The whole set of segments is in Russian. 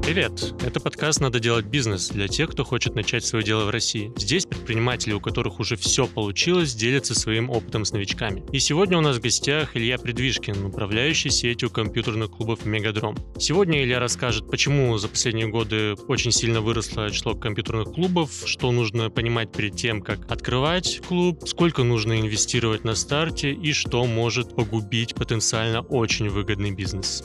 Привет! Это подкаст «Надо делать бизнес» для тех, кто хочет начать свое дело в России. Здесь предприниматели, у которых уже все получилось, делятся своим опытом с новичками. И сегодня у нас в гостях Илья Придвижкин, управляющий сетью компьютерных клубов «Мегадром». Сегодня Илья расскажет, почему за последние годы очень сильно выросло число компьютерных клубов, что нужно понимать перед тем, как открывать клуб, сколько нужно инвестировать на старте и что может погубить потенциально очень выгодный бизнес.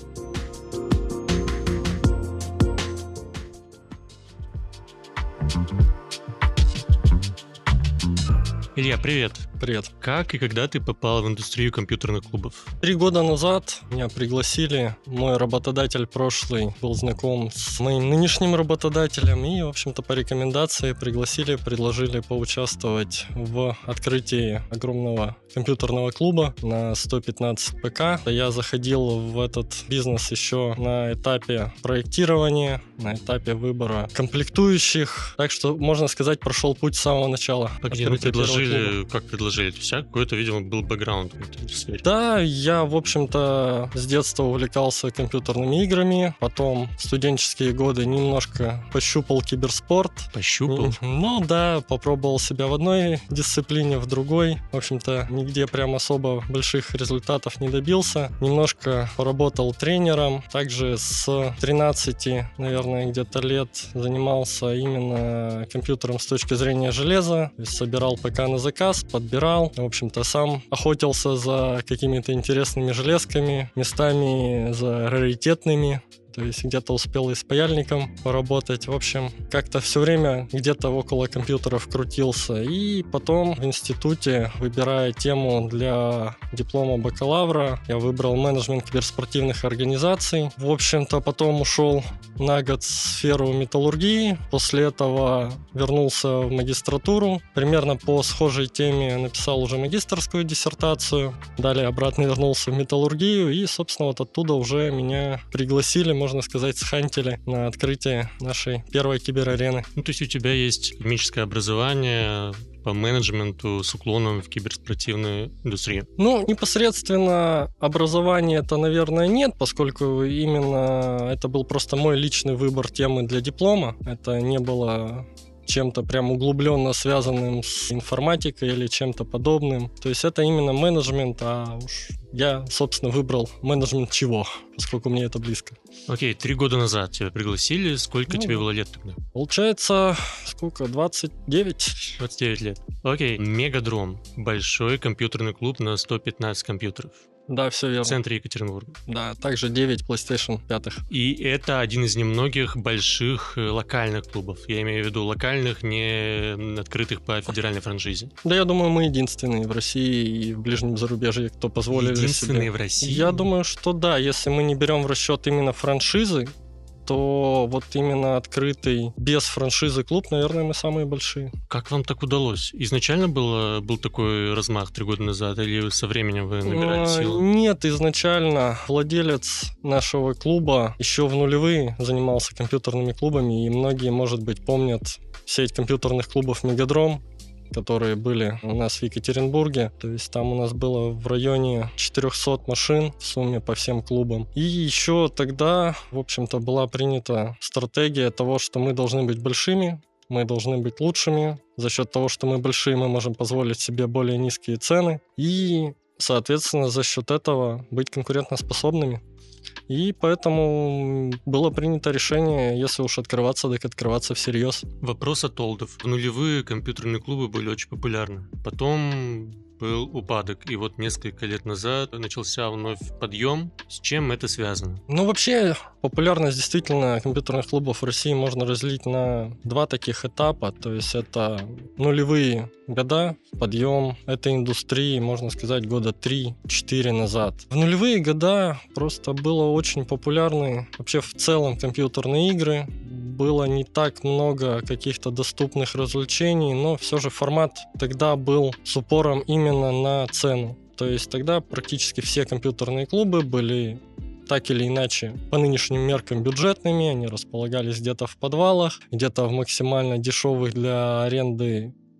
Илья, привет. Привет. Как и когда ты попал в индустрию компьютерных клубов? 3 года назад меня пригласили. Мой работодатель прошлый был знаком с моим нынешним работодателем. И, в общем-то, по рекомендации предложили поучаствовать в открытии огромного компьютерного клуба на 115 ПК. Я заходил в этот бизнес еще на этапе проектирования, на этапе выбора комплектующих. Так что, можно сказать, прошел путь с самого начала. Как предложили? То есть, какой-то, видимо, был бэкграунд в этой сфере. Да, я, в общем-то, с детства увлекался компьютерными играми. Потом в студенческие годы немножко пощупал киберспорт. Пощупал? Ну да, попробовал себя в одной дисциплине, в другой. В общем-то, нигде прям особо больших результатов не добился. Немножко поработал тренером. Также с 13, наверное, где-то лет занимался именно компьютером с точки зрения железа. То есть собирал ПК на заказ, подбирал. В общем-то, сам охотился за какими-то интересными железками, местами за раритетными. То есть где-то успел и с паяльником поработать. В общем, как-то все время где-то около компьютеров крутился. И потом в институте, выбирая тему для диплома бакалавра, я выбрал менеджмент киберспортивных организаций. В общем-то, потом ушел на год в сферу металлургии. После этого вернулся в магистратуру. Примерно по схожей теме написал уже магистерскую диссертацию. Далее обратно вернулся в металлургию. И, собственно, вот оттуда уже меня пригласили, можно сказать, схантили на открытие нашей первой киберарены. Ну, то есть у тебя есть академическое образование по менеджменту с уклоном в киберспортивную индустрию? Ну, непосредственно образования это, наверное, нет, поскольку именно это был просто мой личный выбор темы для диплома. Это не было чем-то прям углубленно связанным с информатикой или чем-то подобным. То есть это именно менеджмент, а уж я, собственно, выбрал менеджмент чего, поскольку мне это близко. Окей, 3 года назад тебя пригласили. Сколько тебе было лет тогда? Получается, сколько? 29? 29 лет. Окей, Мегадром. Большой компьютерный клуб на 115 компьютеров. Да, все верно. В центре Екатеринбурга. Да, также 9 PlayStation 5. И это один из немногих больших локальных клубов. Я имею в виду локальных, не открытых по федеральной франшизе. Да, я думаю, мы единственные в России и в ближнем зарубежье, кто позволили себе. Единственные в России? Я думаю, что да, если мы не берем в расчет именно франшизы, то вот именно открытый без франшизы клуб, наверное, мы самые большие. Как вам так удалось? Изначально был такой размах 3 года назад, или со временем вы набирали силу? Нет, изначально владелец нашего клуба еще в нулевые занимался компьютерными клубами, и многие, может быть, помнят сеть компьютерных клубов «Мегадром», которые были у нас в Екатеринбурге. То есть там у нас было в районе 400 машин в сумме по всем клубам. И еще тогда, в общем-то, была принята стратегия того, что мы должны быть большими, мы должны быть лучшими. За счет того, что мы большие, мы можем позволить себе более низкие цены. И, соответственно, за счет этого быть конкурентоспособными. И поэтому было принято решение, если уж открываться, так открываться всерьез. Вопрос от олдов. В нулевые компьютерные клубы были очень популярны. Потом был упадок. И вот несколько лет назад начался вновь подъем. С чем это связано? Ну, вообще, популярность действительно компьютерных клубов в России можно разделить на 2 таких этапа. То есть это нулевые года, подъем этой индустрии, можно сказать, года 3-4 назад. В нулевые года просто было очень популярны вообще в целом компьютерные игры. Было не так много каких-то доступных развлечений, но все же формат тогда был с упором именно на цену. То есть тогда практически все компьютерные клубы были так или иначе по нынешним меркам бюджетными, они располагались где-то в подвалах, где-то в максимально дешевых для аренды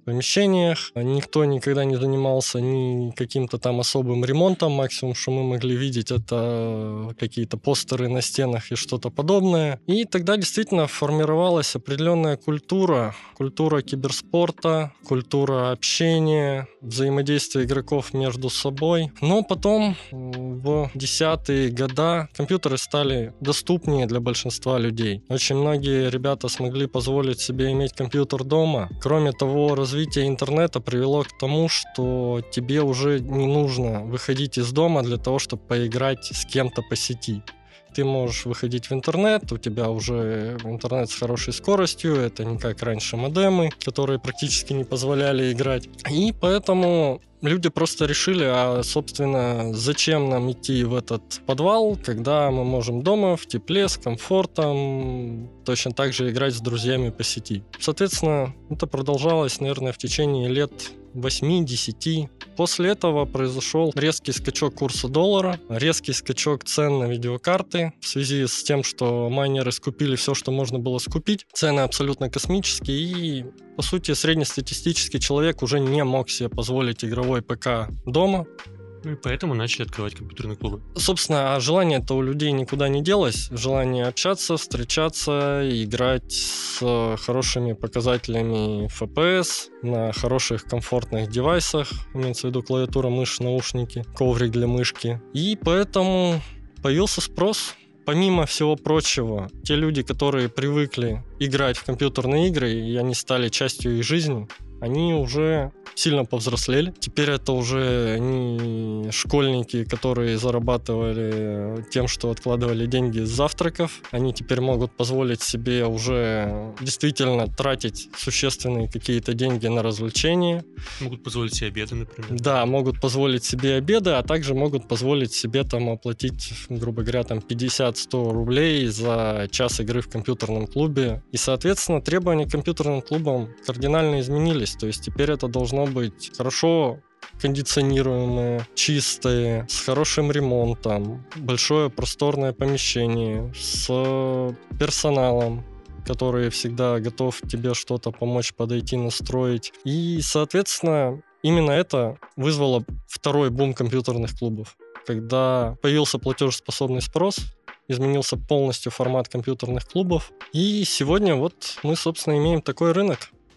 помещениях. Никто никогда не занимался ни каким-то там особым ремонтом. Максимум, что мы могли видеть, это какие-то постеры на стенах и что-то подобное. И тогда действительно формировалась определенная культура киберспорта, культура общения, взаимодействия игроков между собой. Но потом, в 10-е годы, компьютеры стали доступнее для большинства людей. Очень многие ребята смогли позволить себе иметь компьютер дома. Кроме того, развитие интернета привело к тому, что тебе уже не нужно выходить из дома для того, чтобы поиграть с кем-то по сети. Ты можешь выходить в интернет, у тебя уже интернет с хорошей скоростью, это не как раньше модемы, которые практически не позволяли играть. И поэтому люди просто решили, собственно, зачем нам идти в этот подвал, когда мы можем дома, в тепле, с комфортом, точно так же играть с друзьями по сети. Соответственно, это продолжалось, наверное, в течение лет 8-10. После этого произошел резкий скачок курса доллара, резкий скачок цен на видеокарты в связи с тем, что майнеры скупили все, что можно было скупить. Цены абсолютно космические, и, по сути, среднестатистический человек уже не мог себе позволить игровой ПК дома. Ну и поэтому начали открывать компьютерные клубы. Собственно, желание-то у людей никуда не делось. Желание общаться, встречаться, играть с хорошими показателями FPS на хороших комфортных девайсах. Имеется в виду клавиатура, мышь, наушники, коврик для мышки. И поэтому появился спрос. Помимо всего прочего, те люди, которые привыкли играть в компьютерные игры, и они стали частью их жизни, они уже сильно повзрослели. Теперь это уже не школьники, которые зарабатывали тем, что откладывали деньги с завтраков. Они теперь могут позволить себе уже действительно тратить существенные какие-то деньги на развлечения. Могут позволить себе обеды, например. Да, могут позволить себе обеды, а также могут позволить себе там оплатить, грубо говоря, там 50-100 рублей за час игры в компьютерном клубе. И, соответственно, требования к компьютерным клубам кардинально изменились. То есть теперь это должно быть хорошо кондиционируемые, чистые, с хорошим ремонтом, большое просторное помещение, с персоналом, который всегда готов тебе что-то помочь, подойти, настроить. И, соответственно, именно это вызвало второй бум компьютерных клубов. Когда появился платежеспособный спрос, изменился полностью формат компьютерных клубов. И сегодня вот мы, собственно, имеем такой рынок.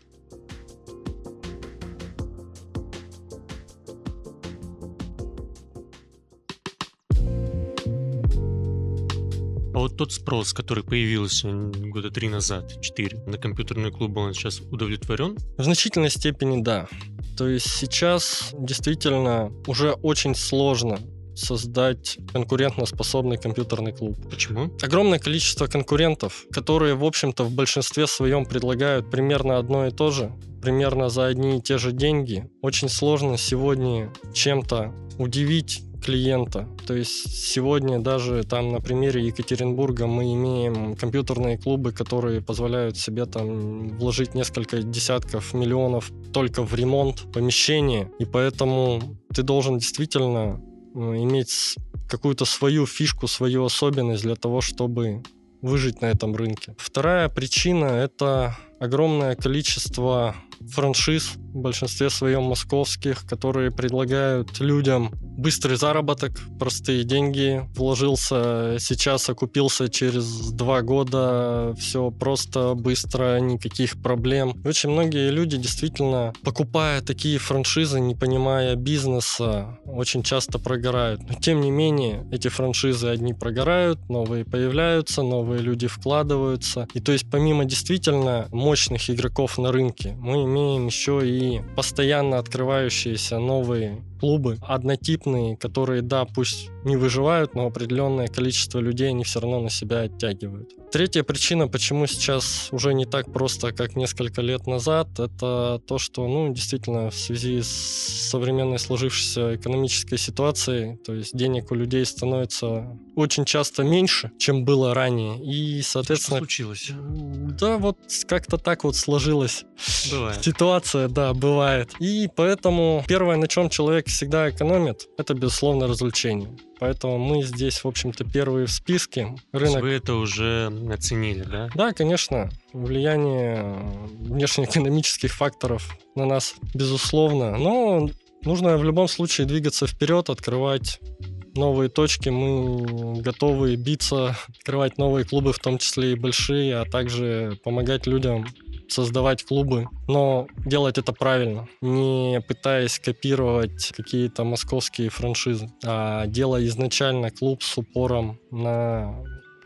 А вот тот спрос, который появился года 3 назад, 4, на компьютерные клубы, он сейчас удовлетворен? В значительной степени да. То есть сейчас действительно уже очень сложно создать конкурентоспособный компьютерный клуб. Почему? Огромное количество конкурентов, которые, в общем-то, в большинстве своем предлагают примерно одно и то же, примерно за одни и те же деньги. Очень сложно сегодня чем-то удивить клиента. То есть сегодня даже там на примере Екатеринбурга мы имеем компьютерные клубы, которые позволяют себе там вложить несколько десятков миллионов только в ремонт помещения. И поэтому ты должен действительно иметь какую-то свою фишку, свою особенность для того, чтобы выжить на этом рынке. Вторая причина — это огромное количество франшиз, в большинстве своем московских, которые предлагают людям быстрый заработок, простые деньги. Вложился сейчас, окупился через 2 года, все просто, быстро, никаких проблем. И очень многие люди действительно, покупая такие франшизы, не понимая бизнеса, очень часто прогорают. Но тем не менее, эти франшизы одни прогорают, новые появляются, новые люди вкладываются. И то есть помимо действительно мощных игроков на рынке, мы имеем еще и постоянно открывающиеся новые клубы, однотипные, которые, да, пусть не выживают, но определенное количество людей они все равно на себя оттягивают. Третья причина, почему сейчас уже не так просто, как несколько лет назад, это то, что, действительно, в связи с современной сложившейся экономической ситуацией, то есть денег у людей становится очень часто меньше, чем было ранее, и, соответственно... Что случилось? Да, вот как-то так вот сложилась Бывает. ситуация, да, бывает. И поэтому первое, на чем человек человек всегда экономит, это, безусловно, развлечение. Поэтому мы здесь, в общем-то, первые в списке. Рынок... Вы это уже оценили, да? Да, конечно. Влияние внешнеэкономических факторов на нас, безусловно. Но нужно в любом случае двигаться вперед, открывать новые точки. Мы готовы биться, открывать новые клубы, в том числе и большие, а также помогать людям создавать клубы, но делать это правильно, не пытаясь копировать какие-то московские франшизы, а делая изначально клуб с упором на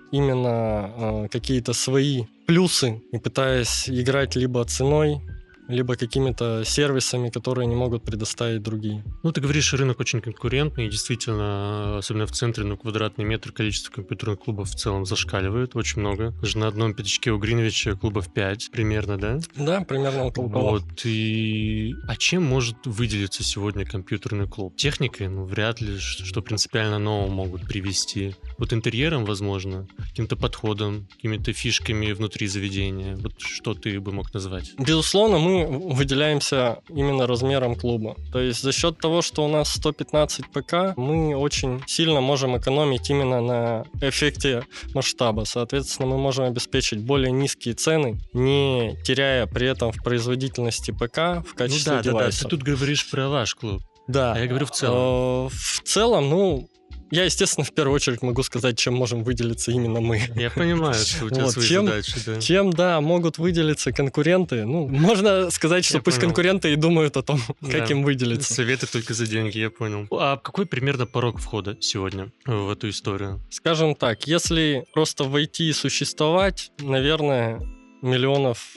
именно какие-то свои плюсы и пытаясь играть либо ценой, либо какими-то сервисами, которые не могут предоставить другие. Ну, ты говоришь, рынок очень конкурентный, и действительно, особенно в центре, на квадратный метр количество компьютерных клубов в целом зашкаливает, очень много. Даже на одном пятачке у Гринвича клубов 5 примерно, да? Да, примерно около того. Вот, и... А чем может выделиться сегодня компьютерный клуб? Техникой? Ну, вряд ли, что принципиально нового могут привести. Вот интерьером, возможно, каким-то подходом, какими-то фишками внутри заведения. Вот что ты бы мог назвать? Безусловно, мы выделяемся именно размером клуба. То есть за счет того, что у нас 115 ПК, мы очень сильно можем экономить именно на эффекте масштаба. Соответственно, мы можем обеспечить более низкие цены, не теряя при этом в производительности ПК в качестве девайсов. Ты тут говоришь про ваш клуб. Да. А я говорю в целом. В целом, я, естественно, в первую очередь могу сказать, чем можем выделиться именно мы. Я понимаю, что у тебя свои задачи. Да. Чем, могут выделиться конкуренты. Можно сказать, что пусть конкуренты и думают о том, как им выделиться. Советы только за деньги, я понял. А какой примерно порог входа сегодня в эту историю? Скажем так, если просто войти и существовать, наверное, 5 миллионов.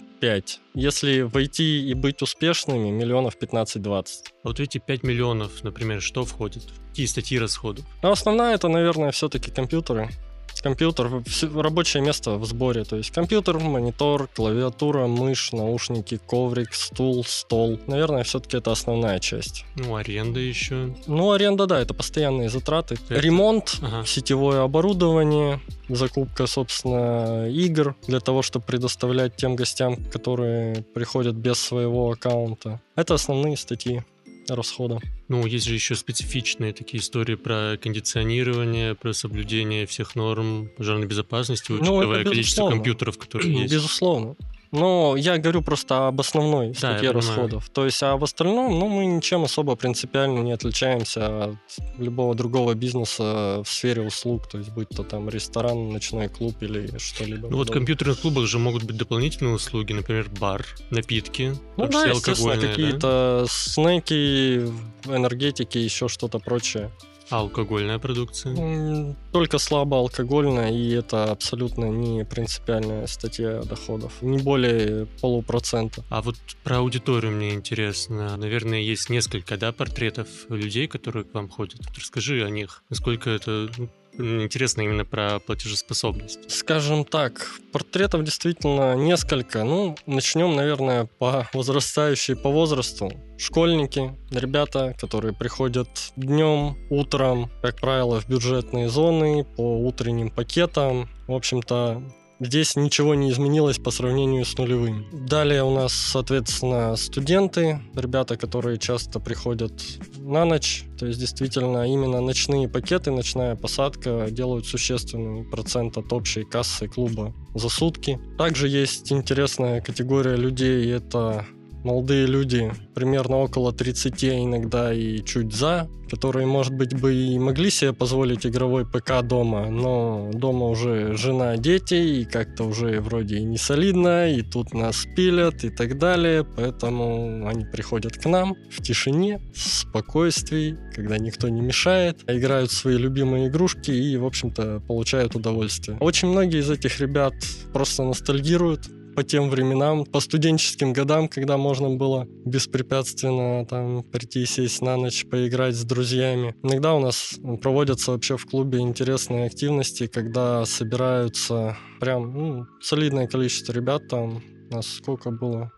Если войти и быть успешными, 15-20 миллионов. А вот эти 5 миллионов, например, что входит? Какие статьи расходов? Основная это, наверное, все-таки компьютеры. Компьютер, рабочее место в сборе, то есть компьютер, монитор, клавиатура, мышь, наушники, коврик, стул, стол. Наверное, все-таки это основная часть. Аренда еще. Аренда, да, это постоянные затраты. Ремонт, сетевое оборудование, закупка, собственно, игр для того, чтобы предоставлять тем гостям, которые приходят без своего аккаунта. Это основные статьи расхода. Есть же еще специфичные такие истории про кондиционирование, про соблюдение всех норм пожарной безопасности, учитывая количество компьютеров, которые есть. Безусловно. Но я говорю просто об основной статье расходов. То есть, а в остальном, мы ничем особо принципиально не отличаемся от любого другого бизнеса в сфере услуг, то есть, будь то там ресторан, ночной клуб или что-либо. В компьютерных клубах же могут быть дополнительные услуги, например, бар, напитки, естественно, какие-то снеки, энергетики, еще что-то прочее. А алкогольная продукция? Только слабо алкогольная, и это абсолютно не принципиальная статья доходов. Не более 0,5%. А вот про аудиторию мне интересно. Наверное, есть несколько, портретов людей, которые к вам ходят. Расскажи о них. Насколько это... Интересно именно про платежеспособность. Скажем так, портретов действительно несколько. Начнем, наверное, по возрастающей по возрасту. Школьники, ребята, которые приходят днем, утром, как правило, в бюджетные зоны, по утренним пакетам. В общем-то, здесь ничего не изменилось по сравнению с нулевым. Далее у нас, соответственно, студенты, ребята, которые часто приходят на ночь. То есть, действительно, именно ночные пакеты, ночная посадка делают существенный процент от общей кассы клуба за сутки. Также есть интересная категория людей, это молодые люди, примерно около 30, иногда и чуть за, которые, может быть, бы и могли себе позволить игровой ПК дома, но дома уже жена, дети, и как-то уже вроде и не солидно, и тут нас пилят и так далее, поэтому они приходят к нам в тишине, в спокойствии, когда никто не мешает, играют в свои любимые игрушки и, в общем-то, получают удовольствие. Очень многие из этих ребят просто ностальгируют по тем временам, по студенческим годам, когда можно было беспрепятственно там прийти, сесть на ночь, поиграть с друзьями. Иногда у нас проводятся вообще в клубе интересные активности, когда собираются прям солидное количество ребят там. Нас сколько было?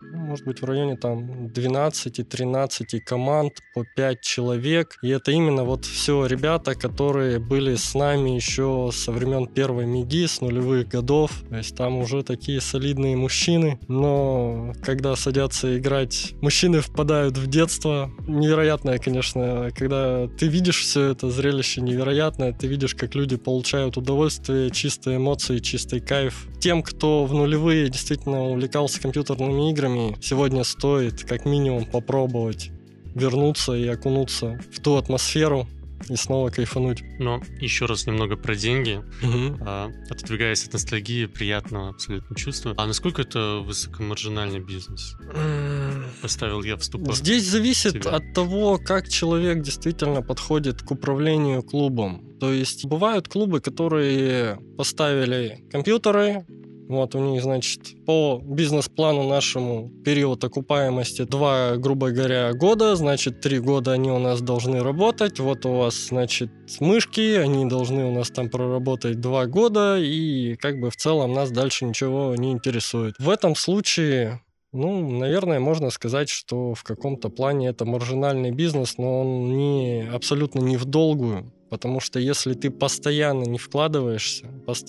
может быть, в районе там 12-13 команд по 5 человек. И это именно вот все ребята, которые были с нами еще со времен первой МИГИ, с нулевых годов. То есть там уже такие солидные мужчины. Но когда садятся играть, мужчины впадают в детство. Невероятное, конечно, когда ты видишь все это зрелище невероятное, ты видишь, как люди получают удовольствие, чистые эмоции, чистый кайф. Тем, кто в нулевые действительно увлекался компьютерными играми, сегодня стоит как минимум попробовать вернуться и окунуться в ту атмосферу и снова кайфануть. Но еще раз немного про деньги. Отодвигаясь от ностальгии, приятного абсолютно чувства. А насколько это высокомаржинальный бизнес? Поставил я в ступор. Здесь зависит от того, как человек действительно подходит к управлению клубом. То есть бывают клубы, которые поставили компьютеры, вот у них, значит, по бизнес-плану нашему период окупаемости 2, грубо говоря, года, значит, 3 года они у нас должны работать, вот у вас, значит, мышки, они должны у нас там проработать 2 года, и как бы в целом нас дальше ничего не интересует. В этом случае... наверное, можно сказать, что в каком-то плане это маржинальный бизнес, но он абсолютно не в долгую. Потому что если ты постоянно не вкладываешься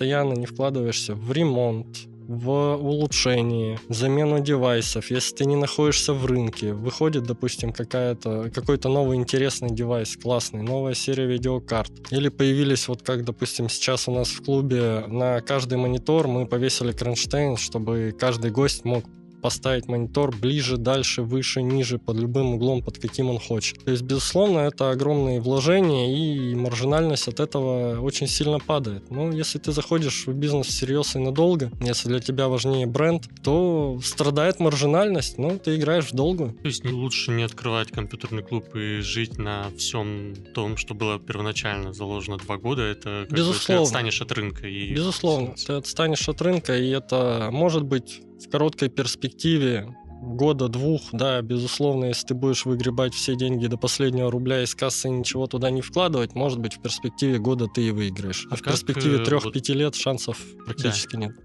в ремонт, в улучшение, замену девайсов, если ты не находишься в рынке, выходит, допустим, какой-то новый интересный девайс, классный, новая серия видеокарт, или появились, вот как, допустим, сейчас у нас в клубе на каждый монитор мы повесили кронштейн, чтобы каждый гость мог поставить монитор ближе, дальше, выше, ниже, под любым углом, под каким он хочет. То есть, безусловно, это огромные вложения, и маржинальность от этого очень сильно падает. Но если ты заходишь в бизнес всерьез и надолго, если для тебя важнее бренд, то страдает маржинальность, но ты играешь в долгую. То есть лучше не открывать компьютерный клуб и жить на всем том, что было первоначально заложено 2 года, это безусловно. Ты отстанешь от рынка. Безусловно, ты отстанешь от рынка, и это может быть в короткой перспективе 1-2 года, да, безусловно, если ты будешь выгребать все деньги до последнего рубля из кассы и ничего туда не вкладывать, может быть, в перспективе года ты и выиграешь. А в перспективе 3-5 лет шансов практически нет.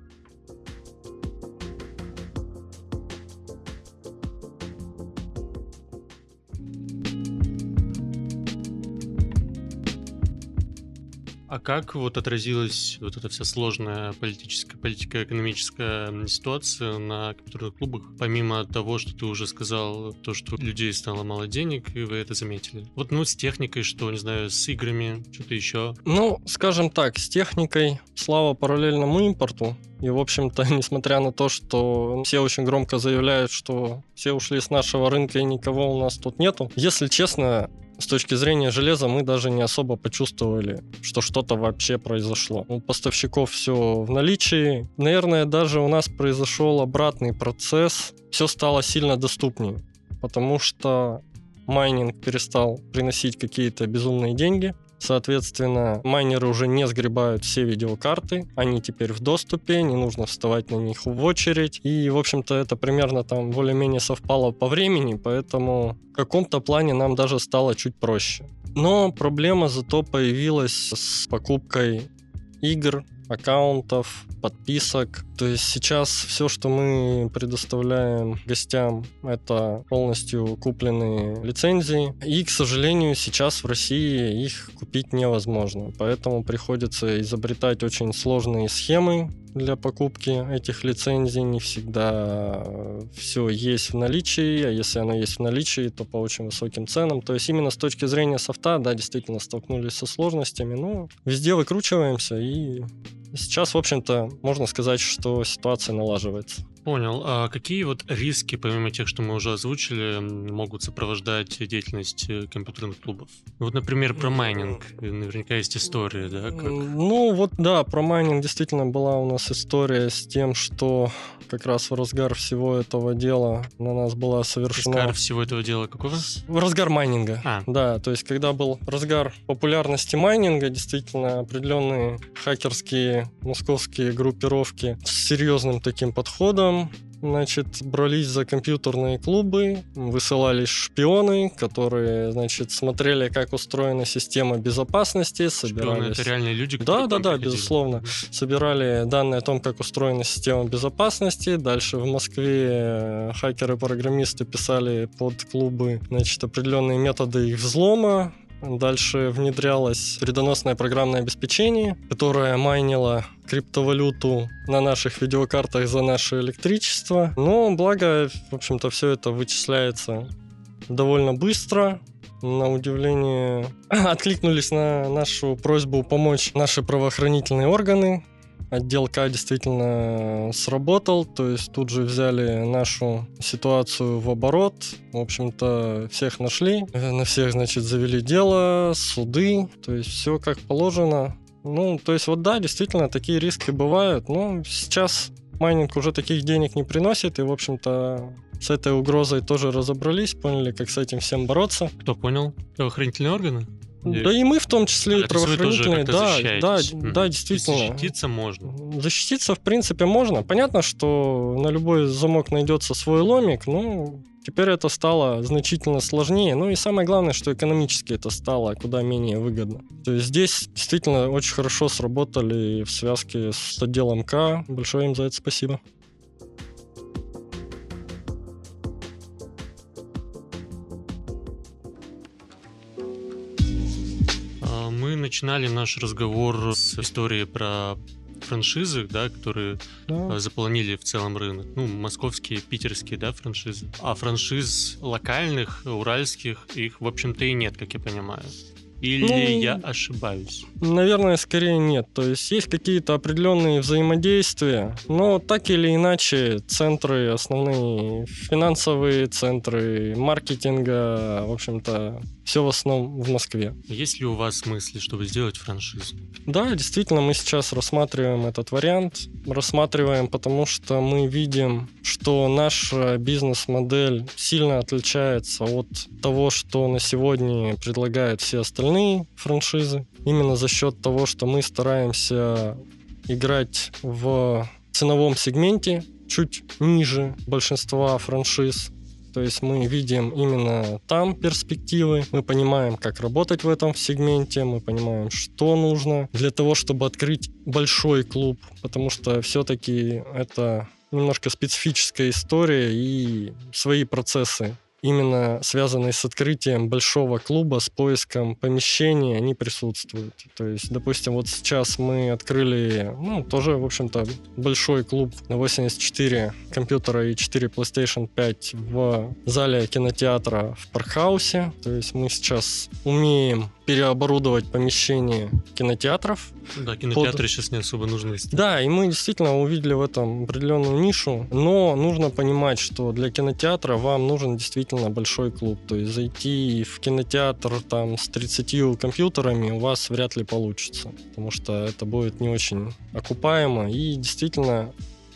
А как вот отразилась вот эта вся сложная политико-экономическая ситуация на компьютерных клубах, помимо того, что ты уже сказал, то, что у людей стало мало денег, и вы это заметили? Вот, с техникой, что, не знаю, с играми, что-то еще? Скажем так, с техникой, слава параллельному импорту, и, в общем-то, несмотря на то, что все очень громко заявляют, что все ушли с нашего рынка и никого у нас тут нету, если честно, с точки зрения железа мы даже не особо почувствовали, что что-то вообще произошло. У поставщиков все в наличии. Наверное, даже у нас произошел обратный процесс. Все стало сильно доступнее, потому что майнинг перестал приносить какие-то безумные деньги. Соответственно, майнеры уже не сгребают все видеокарты, они теперь в доступе, не нужно вставать на них в очередь. И, в общем-то, это примерно там более-менее совпало по времени, поэтому в каком-то плане нам даже стало чуть проще. Но проблема зато появилась с покупкой игр, аккаунтов, подписок. То есть сейчас все, что мы предоставляем гостям, это полностью купленные лицензии. И, к сожалению, сейчас в России их купить невозможно. Поэтому приходится изобретать очень сложные схемы для покупки этих лицензий. Не всегда все есть в наличии, а если оно есть в наличии, то по очень высоким ценам. То есть именно с точки зрения софта, да, действительно столкнулись со сложностями, но везде выкручиваемся, и сейчас, в общем-то, можно сказать, что ситуация налаживается. Понял. А какие вот риски, помимо тех, что мы уже озвучили, могут сопровождать деятельность компьютерных клубов? Вот, например, про майнинг. Наверняка есть история, да? Про майнинг действительно была у нас история с тем, что как раз в разгар всего этого дела на нас была совершена... Разгар всего этого дела какого? В разгар майнинга. Да, то есть когда был разгар популярности майнинга, действительно определенные хакерские московские группировки с серьезным таким подходом значит, брались за компьютерные клубы, высылались шпионы, которые, значит, смотрели, как устроена система безопасности, собирались... Шпионы — это реальные люди, которые Да, безусловно. Собирали данные о том, как устроена система безопасности. Дальше в Москве хакеры-программисты писали под клубы, значит, определенные методы их взлома. Дальше внедрялось вредоносное программное обеспечение, которое майнило криптовалюту на наших видеокартах за наше электричество. Но благо, в общем-то, все это вычисляется довольно быстро. На удивление откликнулись на нашу просьбу помочь наши правоохранительные органы. Отдел К действительно сработал, то есть тут же взяли нашу ситуацию в оборот. В общем-то, всех нашли, на всех, значит, завели дело, суды, то есть все как положено. Ну, то есть вот да, действительно, такие риски бывают, но сейчас майнинг уже таких денег не приносит, и, в общем-то, с этой угрозой тоже разобрались, поняли, как с этим всем бороться. Кто понял? Правоохранительные органы? Да и мы в том числе, и правоохранительные, да, действительно. Защититься можно. Защититься, в принципе, можно. Понятно, что на любой замок найдется свой ломик, но теперь это стало значительно сложнее. Ну и самое главное, что экономически это стало куда менее выгодно. То есть здесь действительно очень хорошо сработали в связке с отделом К. Большое им за это спасибо. Мы начинали наш разговор с истории про франшизы, да, которые заполонили в целом рынок. Ну, московские, питерские, да, франшизы. А франшиз локальных, уральских, их, в общем-то, и нет, как я понимаю. Или я ошибаюсь? Наверное, скорее нет. То есть есть какие-то определенные взаимодействия, но так или иначе центры основные, финансовые центры, маркетинга, в общем-то, все в основном в Москве. Есть ли у вас мысли, чтобы сделать франшизу? Да, действительно, мы сейчас рассматриваем этот вариант. Рассматриваем, потому что мы видим, что наша бизнес-модель сильно отличается от того, что на сегодня предлагают все остальные франшизы. Именно за счет того, что мы стараемся играть в ценовом сегменте чуть ниже большинства франшиз. То есть мы видим именно там перспективы, мы понимаем, как работать в этом сегменте, мы понимаем, что нужно для того, чтобы открыть большой клуб, потому что все-таки это немножко специфическая история и свои процессы, именно связанные с открытием большого клуба, с поиском помещения, они присутствуют. То есть, допустим, вот сейчас мы открыли, тоже, в общем-то, большой клуб на 84 компьютера и 4 PlayStation 5 в зале кинотеатра в Паркхаусе. То есть мы сейчас умеем переоборудовать помещение кинотеатров. Да, кинотеатры сейчас не особо нужны. Да, и мы действительно увидели в этом определенную нишу, но нужно понимать, что для кинотеатра вам нужен действительно большой клуб. То есть зайти в кинотеатр там с 30 компьютерами у вас вряд ли получится, потому что это будет не очень окупаемо. И действительно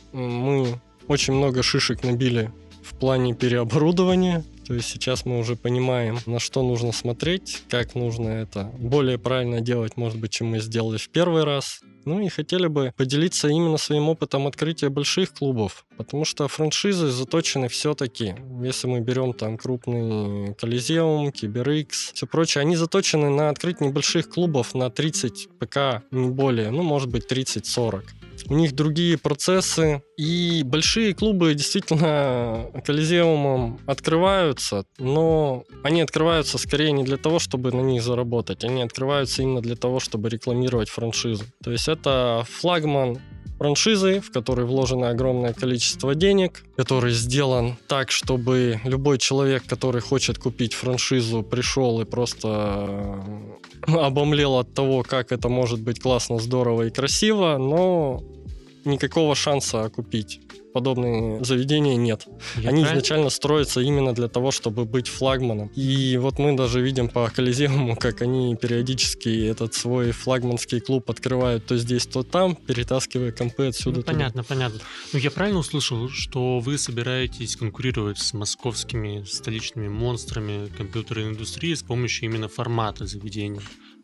мы очень много шишек набили в плане переоборудования. То есть сейчас мы уже понимаем, на что нужно смотреть, как нужно это более правильно делать, может быть, чем мы сделали в первый раз. Ну и хотели бы поделиться именно своим опытом открытия больших клубов, потому что франшизы заточены все-таки, если мы берем там крупный Колизеум, Киберикс, все прочее, они заточены на открытие небольших клубов на 30 ПК, не более, может быть 30-40. У них другие процессы, и большие клубы действительно Колизеумом открываются, но они открываются скорее не для того, чтобы на них заработать, они открываются именно для того, чтобы рекламировать франшизу. То есть это флагман франшизы, в который вложено огромное количество денег, который сделан так, чтобы любой человек, который хочет купить франшизу, пришел и просто обомлел от того, как это может быть классно, здорово и красиво, но никакого шанса купить подобные заведения нет. Они изначально строятся именно для того, чтобы быть флагманом. И вот мы даже видим по Колизеуму, как они периодически этот свой флагманский клуб открывают то здесь, то там, перетаскивая компы отсюда. Понятно. Я правильно услышал, что вы собираетесь конкурировать с московскими столичными монстрами компьютерной индустрии с помощью именно формата заведения?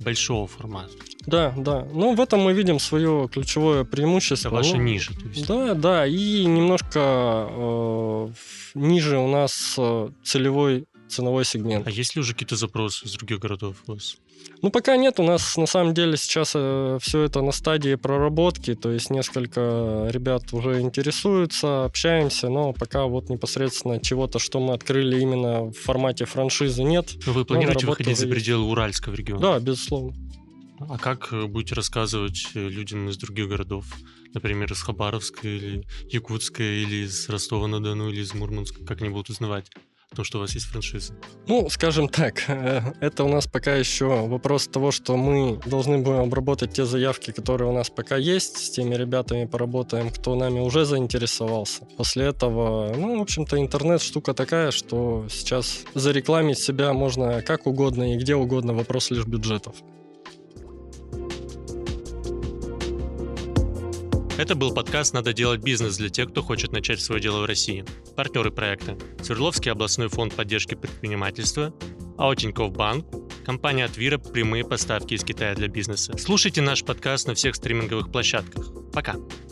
большого формата. Да. Ну, в этом мы видим свое ключевое преимущество. Это ваша ниша, то есть. Да, и немножко ниже у нас целевой ценовой сегмент. А есть ли уже какие-то запросы из других городов у вас? Ну, пока нет. У нас, на самом деле, сейчас все это на стадии проработки, то есть несколько ребят уже интересуются, общаемся, но пока вот непосредственно чего-то, что мы открыли именно в формате франшизы, нет. Но вы планируете работа выходить за уже пределы Уральского региона? Да, безусловно. А как будете рассказывать людям из других городов? Например, из Хабаровска или Якутска, или из Ростова-на-Дону, или из Мурманска? Как они будут узнавать о том, что у вас есть франшиза? Ну, скажем так, это у нас пока еще вопрос того, что мы должны будем обработать те заявки, которые у нас пока есть, с теми ребятами поработаем, кто нами уже заинтересовался. После этого, ну, в общем-то, интернет штука такая, что сейчас зарекламить себя можно как угодно и где угодно, вопрос лишь бюджетов. Это был подкаст «Надо делать бизнес» для тех, кто хочет начать свое дело в России. Партнеры проекта: Свердловский областной фонд поддержки предпринимательства, АО Тинькофф Банк, компания Atvira «Прямые поставки из Китая для бизнеса». Слушайте наш подкаст на всех стриминговых площадках. Пока!